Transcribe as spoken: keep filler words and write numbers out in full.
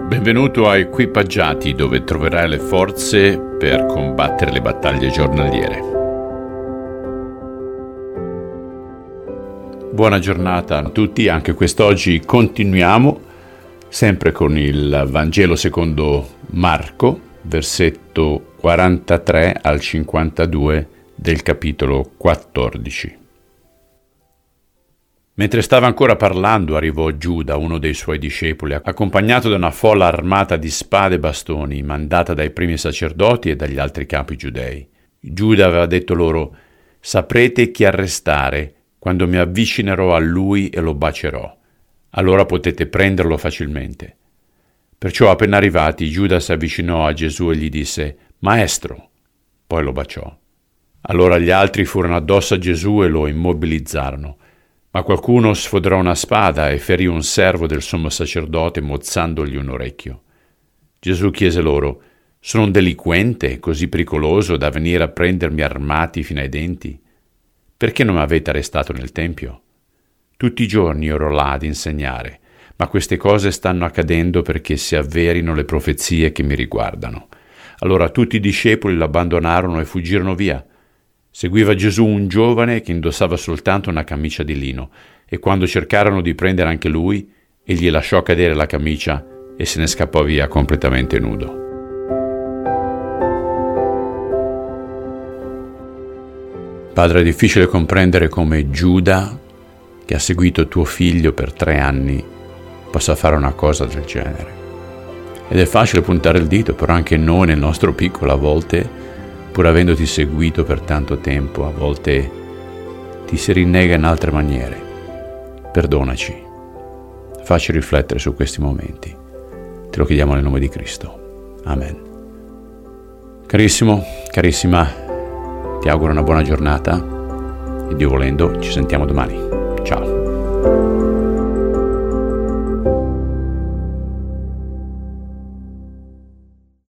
Benvenuto a Equipaggiati, dove troverai le forze per combattere le battaglie giornaliere. Buona giornata a tutti, anche quest'oggi continuiamo sempre con il Vangelo secondo Marco, versetto quarantatré al cinquantadue del capitolo quattordici. Mentre stava ancora parlando, arrivò Giuda, uno dei suoi discepoli, accompagnato da una folla armata di spade e bastoni, mandata dai primi sacerdoti e dagli altri capi giudei. Giuda aveva detto loro: «Saprete chi arrestare quando mi avvicinerò a lui e lo bacerò. Allora potete prenderlo facilmente». Perciò, appena arrivati, Giuda si avvicinò a Gesù e gli disse: «Maestro!» Poi lo baciò. Allora gli altri furono addosso a Gesù e lo immobilizzarono. Ma qualcuno sfoderò una spada e ferì un servo del sommo sacerdote mozzandogli un orecchio. Gesù chiese loro: «Sono un delinquente così pericoloso da venire a prendermi armati fino ai denti? Perché non mi avete arrestato nel Tempio? Tutti i giorni ero là ad insegnare, ma queste cose stanno accadendo perché si avverino le profezie che mi riguardano». Allora tutti i discepoli lo abbandonarono e fuggirono via. Seguiva Gesù un giovane che indossava soltanto una camicia di lino, e quando cercarono di prendere anche lui, egli lasciò cadere la camicia e se ne scappò via completamente nudo. Padre, è difficile comprendere come Giuda, che ha seguito tuo figlio per tre anni, possa fare una cosa del genere. Ed è facile puntare il dito, però anche noi nel nostro piccolo a volte, pur avendoti seguito per tanto tempo, a volte ti si rinnega in altre maniere. Perdonaci, facci riflettere su questi momenti. Te lo chiediamo nel nome di Cristo. Amen. Carissimo, carissima, ti auguro una buona giornata e Dio volendo ci sentiamo domani. Ciao.